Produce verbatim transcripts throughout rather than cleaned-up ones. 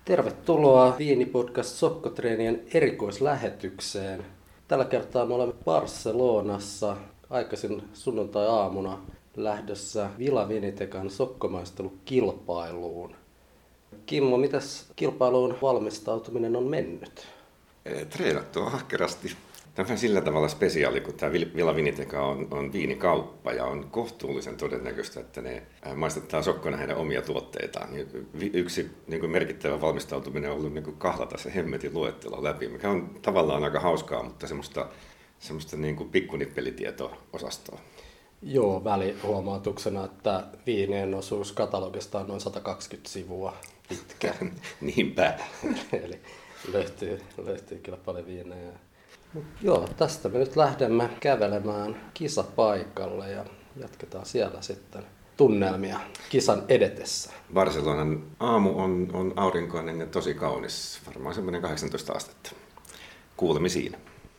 Tervetuloa Viinipodcast Sokkotreenien erikoislähetykseen. Tällä kertaa me olemme Barcelonassa aikaisin sunnuntai-aamuna lähdössä Villa Vinitecan sokkomaistelukilpailuun. Kimmo, mitäs kilpailuun valmistautuminen on mennyt? Treenattu on ahkerasti. Tämä on sillä tavalla spesiaali, kun tämä Villa Viniteca on, on viinikauppa ja on kohtuullisen todennäköistä, että ne maistattaa sokkona heidän omia tuotteitaan. Yksi niin kuin merkittävä valmistautuminen on ollut niin kuin kahlata se hemmetin luettelo läpi, mikä on tavallaan aika hauskaa, mutta semmoista, semmoista niin kuin pikkunippelitieto-osastoa. Joo, välihuomautuksena, että viinien osuus katalogista on noin sata kaksikymmentä sivua pitkä. Niinpä. Eli löytyy, löytyy kyllä paljon viinejä. Mut joo, tästä me nyt lähdemme kävelemään kisapaikalle ja jatketaan siellä sitten tunnelmia kisan edetessä. Barcelonan aamu on, on aurinkoinen ja tosi kaunis, varmaan semmoinen kahdeksantoista astetta. Kuulemisiin.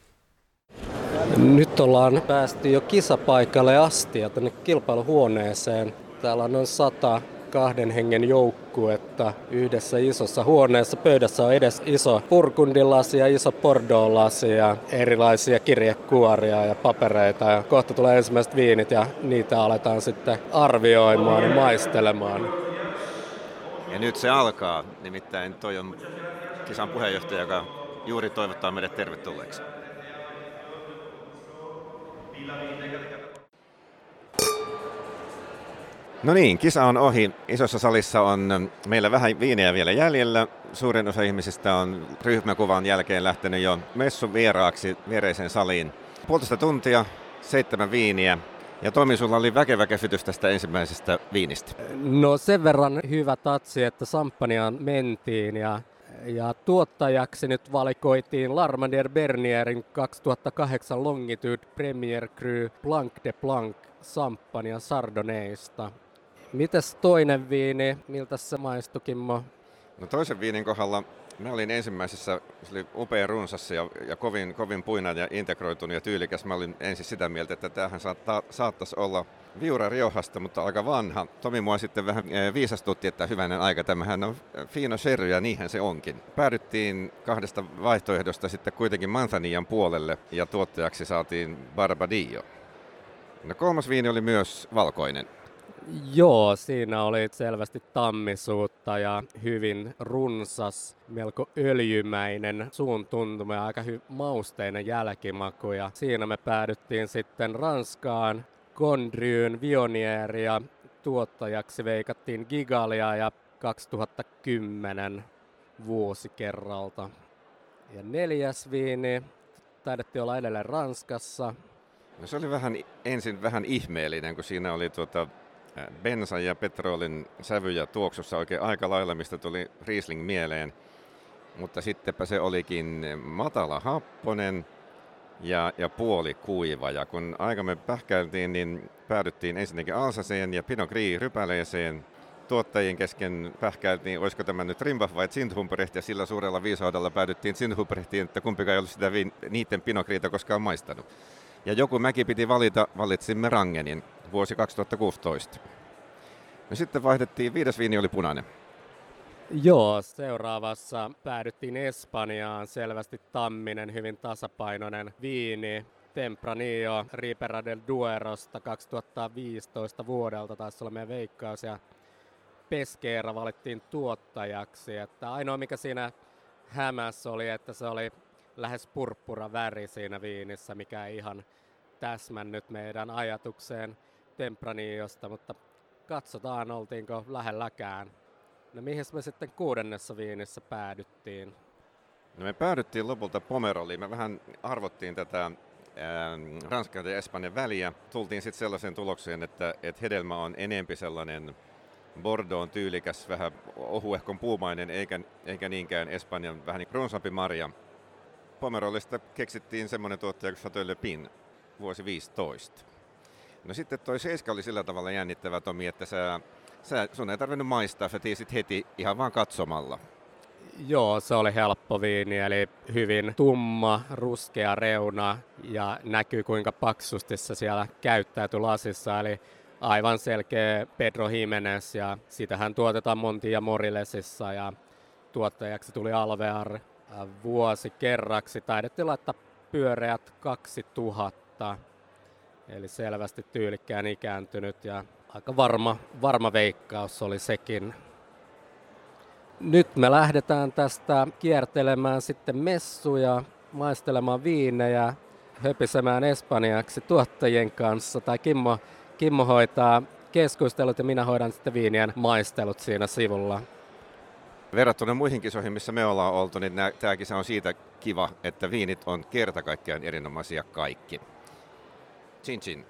Nyt ollaan päästy jo kisapaikalle asti ja tänne kilpailuhuoneeseen. Täällä on noin sata kahden hengen joukkuetta yhdessä isossa huoneessa. Pöydässä on edes iso Burgundilasi ja iso Bordeaux-lasi ja erilaisia kirjekuoria ja papereita. Ja kohta tulee ensimmäiset viinit ja niitä aletaan sitten arvioimaan ja maistelemaan. Ja nyt se alkaa. Nimittäin toi on kisan puheenjohtaja, joka juuri toivottaa meidät tervetulleeksi. No niin, kisa on ohi. Isossa salissa on meillä vähän viinejä vielä jäljellä. Suurin osa ihmisistä on ryhmäkuvan jälkeen lähtenyt jo messun vieraaksi viereiseen saliin. Puolitoista tuntia, seitsemän viiniä. Ja Tomi, sulla oli väkevä käsitys tästä ensimmäisestä viinistä. No sen verran hyvä tatsi, että Sampaniaan mentiin ja, ja tuottajaksi nyt valikoitiin Larmandier Bernierin kaksituhattakahdeksan Longitude Premier Cru Blanc de Blanc Sampania Chardonnaysta. Mites toinen viini? Miltä se maistui, Kimmo? No toisen viinin kohdalla mä olin ensimmäisessä, se oli upea runsassa ja, ja kovin, kovin puinainen ja integroitunut ja tyylikäs. Mä olin ensin sitä mieltä, että tämähän saattaa, saattaisi olla Viura Riojasta, mutta aika vanha. Tomi mua sitten vähän viisastutti, että hyvänen aika, tämähän on Fino Sherry ja niinhän se onkin. Päädyttiin kahdesta vaihtoehdosta sitten kuitenkin Manzanillan puolelle ja tuottajaksi saatiin Barbadillo. No kolmas viini oli myös valkoinen. Joo, siinä oli selvästi tammisuutta ja hyvin runsas, melko öljymäinen suun tuntuma ja aika hy- mausteinen jälkimaku. Ja siinä me päädyttiin sitten Ranskaan, Condrieu'n Vionnieria, tuottajaksi veikattiin Gigalia ja kaksituhattakymmenen vuosikerralta. Ja neljäs viini taidettiin olla edelleen Ranskassa. No se oli vähän, ensin vähän ihmeellinen, kun siinä oli tuota bensan ja petrolin sävyjä tuoksussa oikein aika lailla, mistä tuli Riesling mieleen. Mutta sittenpä se olikin matala happonen ja, ja puoli kuiva. Ja kun aikamme pähkäiltiin, niin päädyttiin ensinnäkin Alsaceen ja Pinot Gris rypäleeseen. Tuottajien kesken pähkäiltiin, olisiko tämä nyt Rimbach vai Zinthumbrech, ja sillä suurella viisaudella päädyttiin Zinthumbrechtiin, että kumpikaan ei ollut sitä vi- niiden Pinot Grista koskaan maistanut. Ja joku mäki piti valita, valitsimme Rangenin, vuosi kaksituhattakuusitoista. No sitten vaihdettiin, viides viini oli punainen. Joo, seuraavassa päädyttiin Espanjaan, selvästi tamminen, hyvin tasapainoinen viini. Tempranillo Ribera del Duerosta kaksituhattaviisitoista vuodelta, taisi olla meidän veikkaus, ja Pesquera valittiin tuottajaksi. Että ainoa mikä siinä hämässä oli, että se oli lähes purppura väri siinä viinissä, mikä ei ihan täsmännyt meidän ajatukseen Tempranillosta, mutta katsotaan, oltiinko lähelläkään. No mihin me sitten kuudennessa viinissä päädyttiin? No me päädyttiin lopulta Pomeroliin. Me vähän arvottiin tätä Ranskan ja Espanjan väliä. Tultiin sitten sellaiseen tulokseen, että, että hedelmä on enempi sellainen Bordeaux tyylikäs, vähän ohuehkon puumainen, eikä, eikä niinkään Espanjan vähän niin runsaampi marja. Pomerolista keksittiin semmoinen tuottaja kuin Chateau Le Pin, vuosi viisitoista. No sitten toi seiska oli sillä tavalla jännittävä, Tomi, että sä, sä, sun ei tarvinnut maistaa, sä tiesit heti ihan vaan katsomalla. Joo, se oli helppo viini, eli hyvin tumma, ruskea reuna ja näkyy kuinka paksusti se siellä käyttäytyi lasissa, eli aivan selkeä Pedro Jimenez ja sitähän tuotetaan Monti ja Morilesissa ja tuottajaksi tuli Alvear vuosi kerraksi. Taidettiin laittaa pyöreät kaksituhatta, eli selvästi tyylikkään ikääntynyt ja aika varma, varma veikkaus oli sekin. Nyt me lähdetään tästä kiertelemään sitten messuja, maistelemaan viinejä, höpisemään espanjaksi tuottajien kanssa. Tai Kimmo, Kimmo hoitaa keskustelut ja minä hoidan sitten viinien maistelut siinä sivulla. Verrattuna muihin kisoihin, missä me ollaan oltu, niin tämä kisa on siitä kiva, että viinit on kerta kaikkiaan erinomaisia kaikki. Chin chin.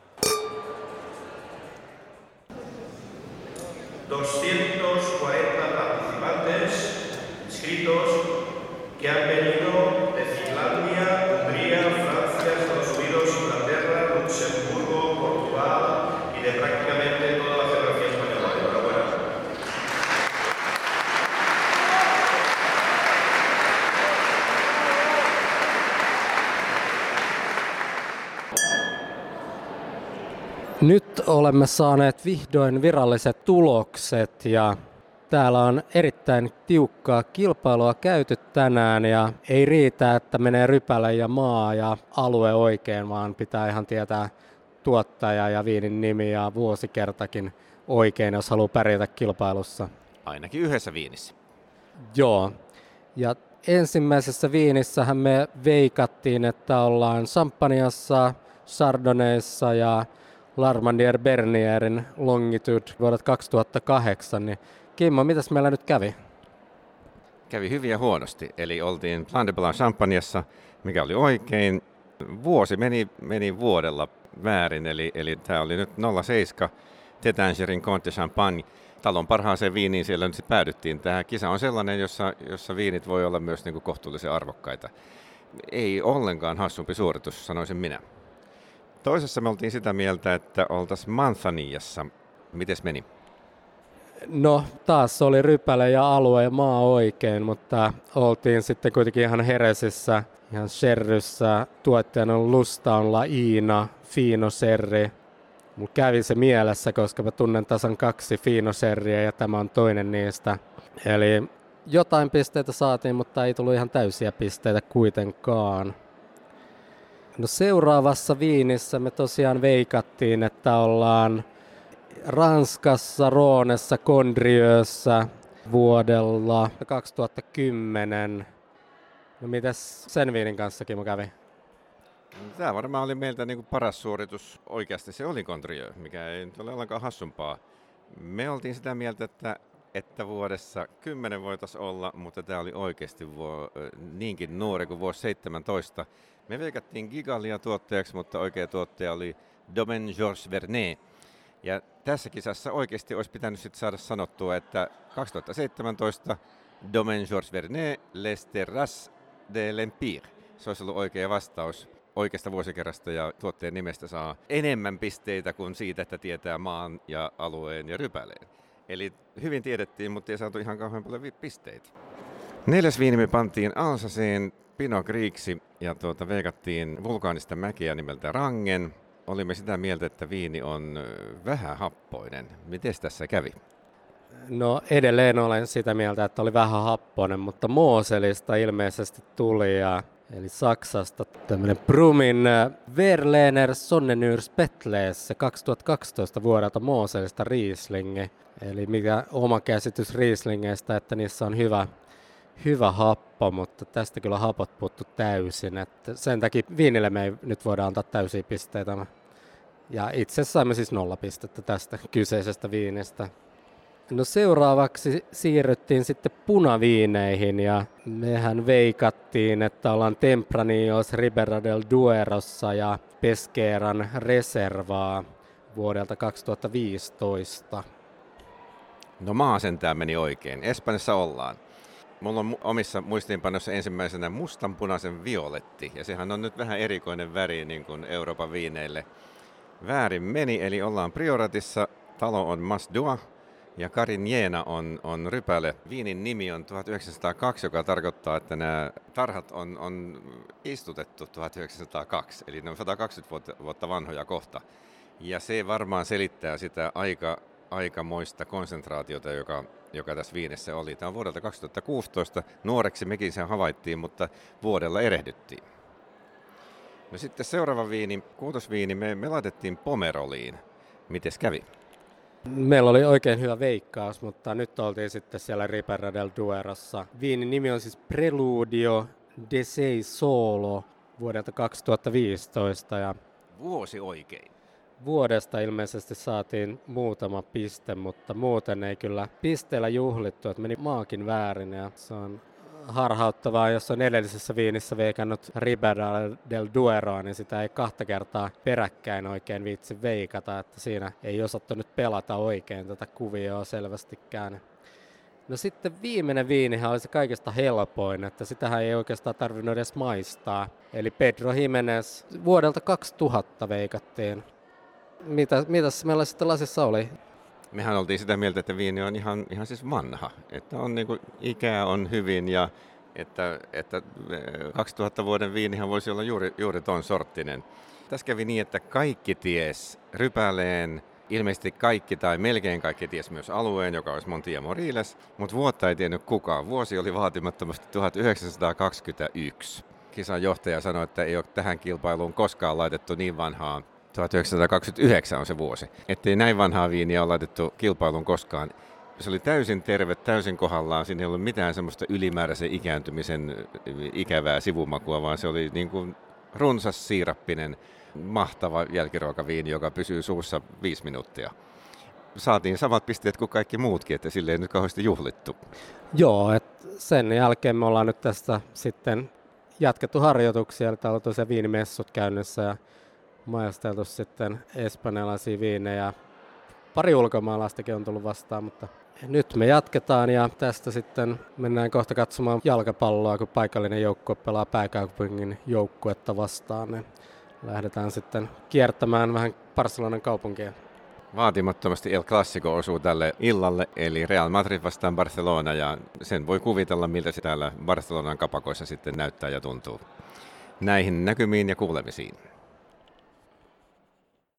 doscientos cuarenta participantes inscritos que han venido de Finlandia, Hungría, Francia, Estados Unidos, Inglaterra, Luxemburgo, Portugal y de prácticamente toda la geografía española. Enhorabuena. Nyt olemme saaneet vihdoin viralliset tulokset ja täällä on erittäin tiukkaa kilpailua käyty tänään ja ei riitä, että menee rypäle ja maa ja alue oikein, vaan pitää ihan tietää tuottaja ja viinin nimi ja vuosikertakin oikein, jos haluaa pärjätä kilpailussa. Ainakin yhdessä viinissä. Joo. Ja ensimmäisessä viinissähän me veikattiin, että ollaan Champagnessa, Chardonnayssa ja Larmandier Bernierin Longitude vuodelta kaksituhattakahdeksan, niin Kimmo, mitäs meillä nyt kävi? Kävi hyvin ja huonosti, eli oltiin Plan de Blanc Champagnessa, mikä oli oikein. Vuosi meni, meni vuodella väärin, eli, eli tämä oli nyt nolla seitsemän Tétingerin Comte de Champagne. Talon parhaaseen viiniin siellä nyt päädyttiin. Tämä kisa on sellainen, jossa, jossa viinit voi olla myös niin kuin kohtuullisen arvokkaita. Ei ollenkaan hassumpi suoritus, sanoisin minä. Toisessa me oltiin sitä mieltä, että oltaisiin Manzanillassa. Mites meni? No, taas oli rypäle ja alue ja maa oikein, mutta oltiin sitten kuitenkin ihan Jeresissä, ihan Sherryssä. Tuottajana on Lustaun Laina, Fino Sherry. Mulla kävi se mielessä, koska mä tunnen tasan kaksi Fino Sherryä ja tämä on toinen niistä. Eli jotain pisteitä saatiin, mutta ei tullut ihan täysiä pisteitä kuitenkaan. No seuraavassa viinissä me tosiaan veikattiin, että ollaan Ranskassa, Rhônessa, Condrieuxssä vuodella kaksituhattakymmenen. No mitäs sen viinin kanssa Kimmo kävi? Tämä varmaan oli meiltä niin kuin paras suoritus. Oikeasti se oli Condrieu, mikä ei nyt ole ollenkaan hassumpaa. Me oltiin sitä mieltä, että, että vuodessa kymmenen voitaisiin olla, mutta tämä oli oikeasti vuo, niinkin nuori kuin vuosi seitsemäntoista. Me veikattiin Gigalia tuottajaksi, mutta oikea tuottaja oli Domaine Georges Vernet. Ja tässä kisassa oikeasti olisi pitänyt sit saada sanottua, että kaksituhattaseitsemäntoista Domaine Georges Vernet, Les Terrasses de l'Empire. Se olisi ollut oikea vastaus oikeasta vuosikerrasta ja tuotteen nimestä saa enemmän pisteitä kuin siitä, että tietää maan ja alueen ja rypäleen. Eli hyvin tiedettiin, mutta ei saatu ihan kauhean paljon pisteitä. Neljäs viini me pantiin Alsaceen Pinot Grigsi ja tuota, veikattiin vulkaanista mäkiä nimeltä Rangen. Olimme sitä mieltä, että viini on vähän happoinen. Miten tässä kävi? No edelleen olen sitä mieltä, että oli vähän happoinen, mutta Moselista ilmeisesti tuli, ja, eli Saksasta tämmöinen Brumin Verlener Sonnenür Spätlese kaksituhattakaksitoista vuodelta Moselista Rieslingi. Eli mikä oma käsitys Rieslingeistä, että niissä on hyvä, hyvä happo, mutta tästä kyllä hapot puuttu täysin. Että sen takia viinille me ei nyt voida antaa täysiä pisteitä. Ja itse saimme siis nolla pistettä tästä kyseisestä viinistä. No seuraavaksi siirryttiin sitten punaviineihin ja mehän veikattiin, että ollaan Tempranillos Ribera del Duerossa ja Pesqueran Reservaa vuodelta kaksituhattaviisitoista. No maa sentään meni oikein. Espanjassa ollaan. Mulla on omissa muistiinpanoissa ensimmäisenä mustanpunaisen violetti, ja sehän on nyt vähän erikoinen väri niin kuin Euroopan viineille. Väärin meni, eli ollaan Prioratissa, talo on Masdua ja Carignana on, on rypäle. Viinin nimi on tuhatyhdeksänsataakaksi, joka tarkoittaa, että nämä tarhat on, on istutettu tuhatyhdeksänsataakaksi, eli ne on sata kaksikymmentä vuotta, vuotta vanhoja kohta. Ja se varmaan selittää sitä aika aikamoista konsentraatiota, joka, joka tässä viinessä oli. Tämä on vuodelta kaksituhattakuusitoista. Nuoreksi mekin sen havaittiin, mutta vuodella erehdyttiin. No sitten seuraava viini, kuutosviini, me, me laitettiin Pomeroliin. Mites kävi? Meillä oli oikein hyvä veikkaus, mutta nyt oltiin sitten siellä Ribera del Duerossa. Viinin nimi on siis Preludio de Sei Solo vuodelta kaksituhattaviisitoista ja Vuosi oikein. vuodesta ilmeisesti saatiin muutama piste, mutta muuten ei kyllä pisteellä juhlittu, että meni maakin väärin ja se on harhauttavaa, jos on edellisessä viinissä veikannut Ribera del Dueroa, niin sitä ei kahta kertaa peräkkäin oikein viitsi veikata, että siinä ei osattu nyt pelata oikein tätä kuvioa selvästikään. No sitten viimeinen viinihän oli se kaikista helpoin, että sitähän ei oikeastaan tarvinnut edes maistaa. Eli Pedro Ximénez vuodelta kaksituhatta veikattiin. Mitä, mitäs meillä sitten lasissa oli? Mehän oltiin sitä mieltä, että viini on ihan, ihan siis vanha. Että on niin kuin, ikää on hyvin ja että, että kaksituhatta vuoden viinihan voisi olla juuri, juuri ton sorttinen. Tässä kävi niin, että kaikki ties Rypäleen, ilmeisesti kaikki tai melkein kaikki ties myös alueen, joka olisi Montilla Moriles, mutta vuotta ei tiennyt kukaan. Vuosi oli vaatimattomasti tuhatyhdeksänsataakaksikymmentäyksi. Kisan johtaja sanoi, että ei ole tähän kilpailuun koskaan laitettu niin vanhaa. tuhatyhdeksänsataakaksikymmentäyhdeksän on se vuosi. Ettei näin vanhaa viiniä ole laitettu kilpailuun koskaan. Se oli täysin terve, täysin kohdallaan. Siinä ei ollut mitään semmoista ylimääräisen ikääntymisen ikävää sivumakua, vaan se oli niin kuin runsas, siirappinen, mahtava jälkiruokaviini, joka pysyy suussa viisi minuuttia. Saatiin samat pisteet kuin kaikki muutkin, että sille ei nyt kauheasti juhlittu. Joo, että sen jälkeen me ollaan nyt tästä sitten jatkettu harjoituksia. Täällä on tosiaan viinimessut käynnissä ja maisteltu sitten espanjalaisia viinejä. Pari ulkomaalaistakin on tullut vastaan, mutta nyt me jatketaan ja tästä sitten mennään kohta katsomaan jalkapalloa, kun paikallinen joukkue pelaa pääkaupungin joukkuetta vastaan. Niin lähdetään sitten kiertämään vähän Barcelonan kaupunkia. Vaatimattomasti El Clasico osuu tälle illalle, eli Real Madrid vastaan Barcelona, ja sen voi kuvitella, miltä se täällä Barcelonan kapakoissa sitten näyttää ja tuntuu. Näihin näkymiin ja kuulemisiin.